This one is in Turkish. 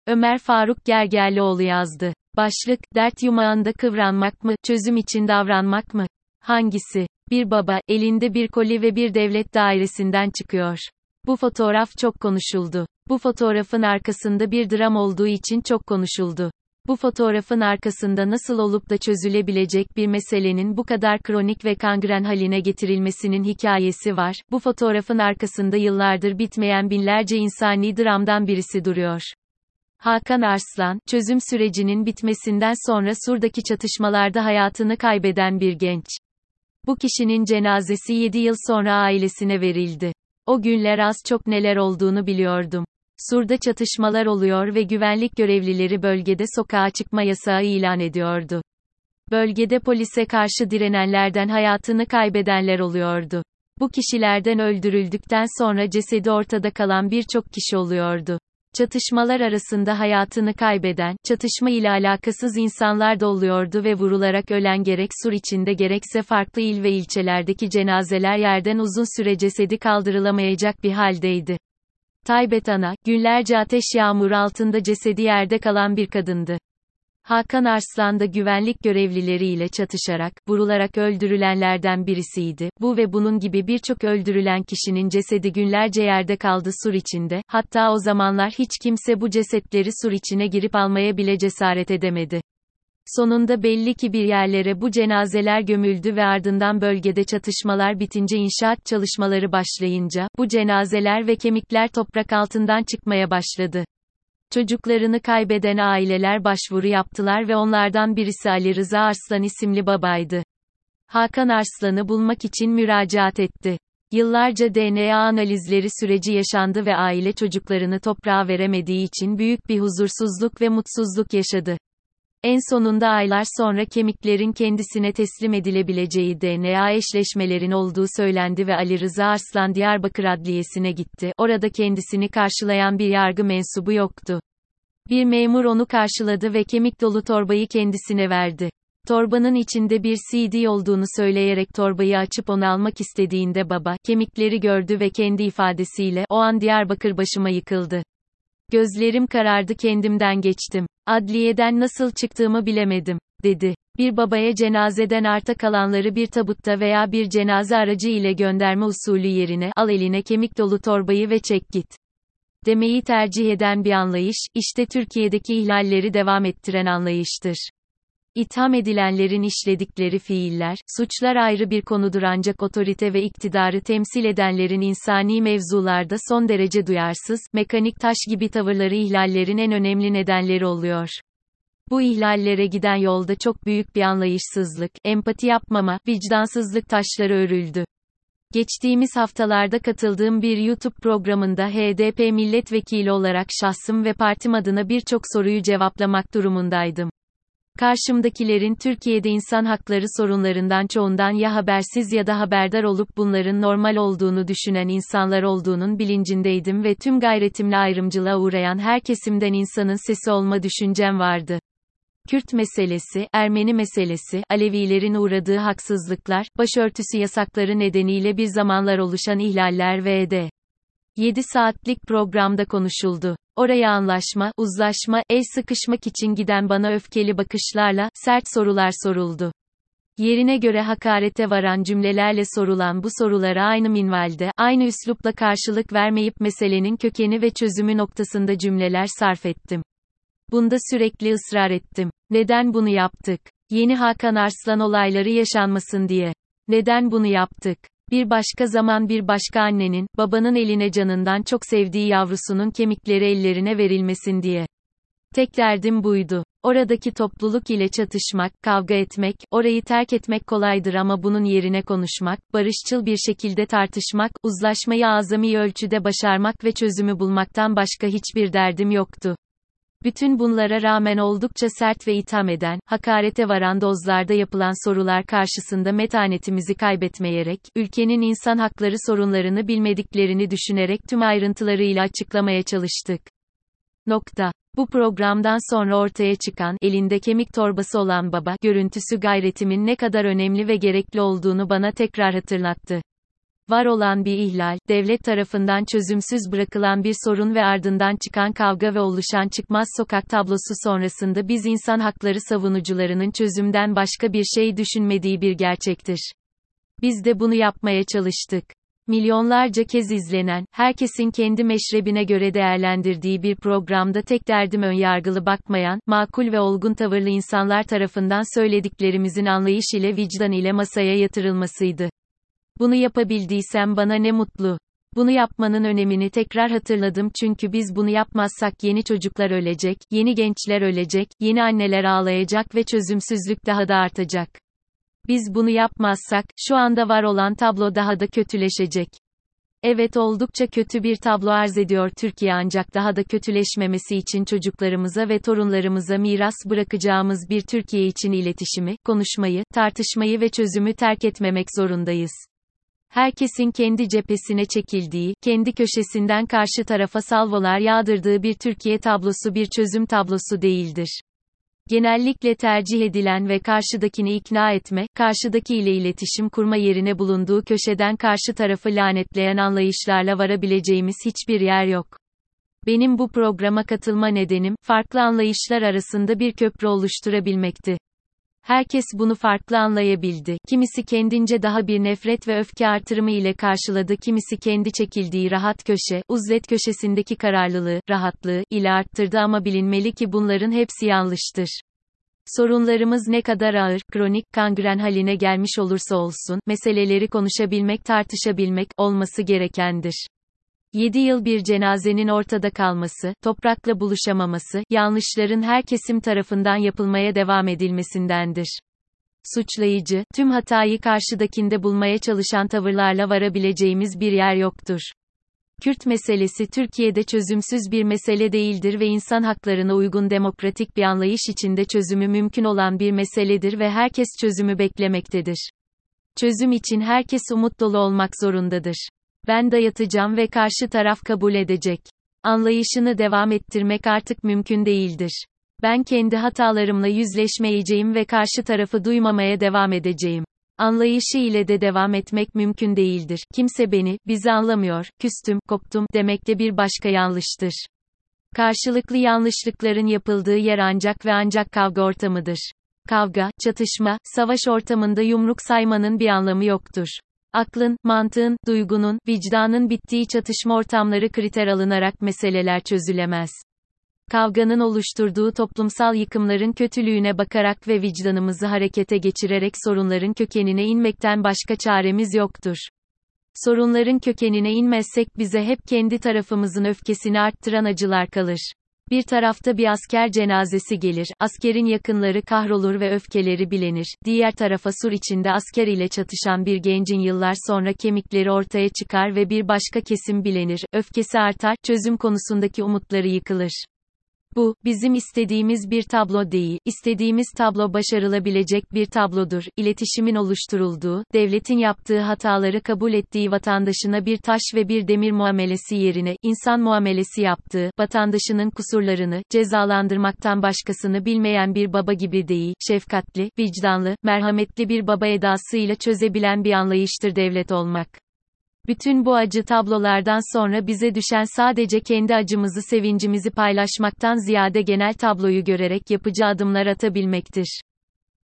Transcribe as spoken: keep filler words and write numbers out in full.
Ömer Faruk Gergerlioğlu yazdı. Başlık, dert yumağında kıvranmak mı, çözüm için davranmak mı? Hangisi? Bir baba, elinde bir koli ve bir devlet dairesinden çıkıyor. Bu fotoğraf çok konuşuldu. Bu fotoğrafın arkasında bir dram olduğu için çok konuşuldu. Bu fotoğrafın arkasında nasıl olup da çözülebilecek bir meselenin bu kadar kronik ve kangren haline getirilmesinin hikayesi var. Bu fotoğrafın arkasında yıllardır bitmeyen binlerce insani dramdan birisi duruyor. Hakan Arslan, çözüm sürecinin bitmesinden sonra Sur'daki çatışmalarda hayatını kaybeden bir genç. Bu kişinin cenazesi yedi yıl sonra ailesine verildi. O günler az çok neler olduğunu biliyordum. Sur'da çatışmalar oluyor ve güvenlik görevlileri bölgede sokağa çıkma yasağı ilan ediyordu. Bölgede polise karşı direnenlerden hayatını kaybedenler oluyordu. Bu kişilerden öldürüldükten sonra cesedi ortada kalan birçok kişi oluyordu. Çatışmalar arasında hayatını kaybeden, çatışma ile alakasız insanlar da oluyordu ve vurularak ölen gerek Sur içinde gerekse farklı il ve ilçelerdeki cenazeler yerden uzun süre cesedi kaldırılamayacak bir haldeydi. Taybet Ana, günlerce ateş yağmuru altında cesedi yerde kalan bir kadındı. Hakan Arslan da güvenlik görevlileriyle çatışarak, vurularak öldürülenlerden birisiydi. Bu ve bunun gibi birçok öldürülen kişinin cesedi günlerce yerde kaldı Sur içinde, hatta o zamanlar hiç kimse bu cesetleri Sur içine girip almaya bile cesaret edemedi. Sonunda belli ki bir yerlere bu cenazeler gömüldü ve ardından bölgede çatışmalar bitince inşaat çalışmaları başlayınca, bu cenazeler ve kemikler toprak altından çıkmaya başladı. Çocuklarını kaybeden aileler başvuru yaptılar ve onlardan birisi Ali Rıza Arslan isimli babaydı. Hakan Arslan'ı bulmak için müracaat etti. Yıllarca D N A analizleri süreci yaşandı ve aile çocuklarını toprağa veremediği için büyük bir huzursuzluk ve mutsuzluk yaşadı. En sonunda aylar sonra kemiklerin kendisine teslim edilebileceği D N A eşleşmelerin olduğu söylendi ve Ali Rıza Arslan Diyarbakır Adliyesi'ne gitti. Orada kendisini karşılayan bir yargı mensubu yoktu. Bir memur onu karşıladı ve kemik dolu torbayı kendisine verdi. Torbanın içinde bir C D olduğunu söyleyerek torbayı açıp onu almak istediğinde baba, kemikleri gördü ve kendi ifadesiyle, "O an Diyarbakır başıma yıkıldı. Gözlerim karardı, kendimden geçtim. Adliyeden nasıl çıktığımı bilemedim," dedi. Bir babaya cenazeden arta kalanları bir tabutta veya bir cenaze aracı ile gönderme usulü yerine, "Al eline kemik dolu torbayı ve çek git," demeyi tercih eden bir anlayış, işte Türkiye'deki ihlalleri devam ettiren anlayıştır. İtham edilenlerin işledikleri fiiller, suçlar ayrı bir konudur ancak otorite ve iktidarı temsil edenlerin insani mevzularda son derece duyarsız, mekanik taş gibi tavırları ihlallerin en önemli nedenleri oluyor. Bu ihlallere giden yolda çok büyük bir anlayışsızlık, empati yapmama, vicdansızlık taşları örüldü. Geçtiğimiz haftalarda katıldığım bir YouTube programında H D P milletvekili olarak şahsım ve partim adına birçok soruyu cevaplamak durumundaydım. Karşımdakilerin Türkiye'de insan hakları sorunlarından çoğundan ya habersiz ya da haberdar olup bunların normal olduğunu düşünen insanlar olduğunun bilincindeydim ve tüm gayretimle ayrımcılığa uğrayan her kesimden insanın sesi olma düşüncem vardı. Kürt meselesi, Ermeni meselesi, Alevilerin uğradığı haksızlıklar, başörtüsü yasakları nedeniyle bir zamanlar oluşan ihlaller ve d. yedi saatlik programda konuşuldu. Oraya anlaşma, uzlaşma, el sıkışmak için giden bana öfkeli bakışlarla, sert sorular soruldu. Yerine göre hakarete varan cümlelerle sorulan bu sorulara aynı minvalde, aynı üslupla karşılık vermeyip meselenin kökeni ve çözümü noktasında cümleler sarf ettim. Bunda sürekli ısrar ettim. Neden bunu yaptık? Yeni Hakan Arslan olayları yaşanmasın diye. Neden bunu yaptık? Bir başka zaman bir başka annenin, babanın eline canından çok sevdiği yavrusunun kemikleri ellerine verilmesin diye. Tek derdim buydu. Oradaki topluluk ile çatışmak, kavga etmek, orayı terk etmek kolaydır ama bunun yerine konuşmak, barışçıl bir şekilde tartışmak, uzlaşmayı azami ölçüde başarmak ve çözümü bulmaktan başka hiçbir derdim yoktu. Bütün bunlara rağmen oldukça sert ve itham eden, hakarete varan dozlarda yapılan sorular karşısında metanetimizi kaybetmeyerek, ülkenin insan hakları sorunlarını bilmediklerini düşünerek tüm ayrıntılarıyla açıklamaya çalıştık. Nokta. Bu programdan sonra ortaya çıkan, elinde kemik torbası olan baba, görüntüsü gayretimin ne kadar önemli ve gerekli olduğunu bana tekrar hatırlattı. Var olan bir ihlal, devlet tarafından çözümsüz bırakılan bir sorun ve ardından çıkan kavga ve oluşan çıkmaz sokak tablosu sonrasında biz insan hakları savunucularının çözümden başka bir şey düşünmediği bir gerçektir. Biz de bunu yapmaya çalıştık. Milyonlarca kez izlenen, herkesin kendi meşrebine göre değerlendirdiği bir programda tek derdim önyargılı bakmayan, makul ve olgun tavırlı insanlar tarafından söylediklerimizin anlayış ile vicdan ile masaya yatırılmasıydı. Bunu yapabildiysem bana ne mutlu. Bunu yapmanın önemini tekrar hatırladım çünkü biz bunu yapmazsak yeni çocuklar ölecek, yeni gençler ölecek, yeni anneler ağlayacak ve çözümsüzlük daha da artacak. Biz bunu yapmazsak, şu anda var olan tablo daha da kötüleşecek. Evet, oldukça kötü bir tablo arz ediyor Türkiye, ancak daha da kötüleşmemesi için çocuklarımıza ve torunlarımıza miras bırakacağımız bir Türkiye için iletişimi, konuşmayı, tartışmayı ve çözümü terk etmemek zorundayız. Herkesin kendi cephesine çekildiği, kendi köşesinden karşı tarafa salvolar yağdırdığı bir Türkiye tablosu bir çözüm tablosu değildir. Genellikle tercih edilen ve karşıdakini ikna etme, karşıdakiyle iletişim kurma yerine bulunduğu köşeden karşı tarafı lanetleyen anlayışlarla varabileceğimiz hiçbir yer yok. Benim bu programa katılma nedenim, farklı anlayışlar arasında bir köprü oluşturabilmekti. Herkes bunu farklı anlayabildi. Kimisi kendince daha bir nefret ve öfke artırımı ile karşıladı, kimisi kendi çekildiği rahat köşe, uzlet köşesindeki kararlılığı, rahatlığı ile arttırdı ama bilinmeli ki bunların hepsi yanlıştır. Sorunlarımız ne kadar ağır, kronik, kangren haline gelmiş olursa olsun, meseleleri konuşabilmek, tartışabilmek, olması gerekendir. Yedi yıl bir cenazenin ortada kalması, toprakla buluşamaması, yanlışların her kesim tarafından yapılmaya devam edilmesindendir. Suçlayıcı, tüm hatayı karşıdakinde bulmaya çalışan tavırlarla varabileceğimiz bir yer yoktur. Kürt meselesi Türkiye'de çözümsüz bir mesele değildir ve insan haklarına uygun demokratik bir anlayış içinde çözümü mümkün olan bir meseledir ve herkes çözümü beklemektedir. Çözüm için herkes umut dolu olmak zorundadır. Ben dayatacağım ve karşı taraf kabul edecek. Anlayışını devam ettirmek artık mümkün değildir. Ben kendi hatalarımla yüzleşmeyeceğim ve karşı tarafı duymamaya devam edeceğim. Anlayışı ile de devam etmek mümkün değildir. Kimse beni, bizi anlamıyor, küstüm, koptum demek de bir başka yanlıştır. Karşılıklı yanlışlıkların yapıldığı yer ancak ve ancak kavga ortamıdır. Kavga, çatışma, savaş ortamında yumruk saymanın bir anlamı yoktur. Aklın, mantığın, duygunun, vicdanın bittiği çatışma ortamları kriter alınarak meseleler çözülemez. Kavganın oluşturduğu toplumsal yıkımların kötülüğüne bakarak ve vicdanımızı harekete geçirerek sorunların kökenine inmekten başka çaremiz yoktur. Sorunların kökenine inmezsek bize hep kendi tarafımızın öfkesini arttıran acılar kalır. Bir tarafta bir asker cenazesi gelir, askerin yakınları kahrolur ve öfkeleri bilenir. Diğer tarafa sur içinde asker ile çatışan bir gencin yıllar sonra kemikleri ortaya çıkar ve bir başka kesim bilenir, öfkesi artar, çözüm konusundaki umutları yıkılır. Bu, bizim istediğimiz bir tablo değil, istediğimiz tablo başarılabilecek bir tablodur. İletişimin oluşturulduğu, devletin yaptığı hataları kabul ettiği vatandaşına bir taş ve bir demir muamelesi yerine, insan muamelesi yaptığı, vatandaşının kusurlarını, cezalandırmaktan başkasını bilmeyen bir baba gibi değil, şefkatli, vicdanlı, merhametli bir baba edasıyla çözebilen bir anlayıştır devlet olmak. Bütün bu acı tablolardan sonra bize düşen sadece kendi acımızı, sevincimizi paylaşmaktan ziyade genel tabloyu görerek yapıcı adımlar atabilmektir.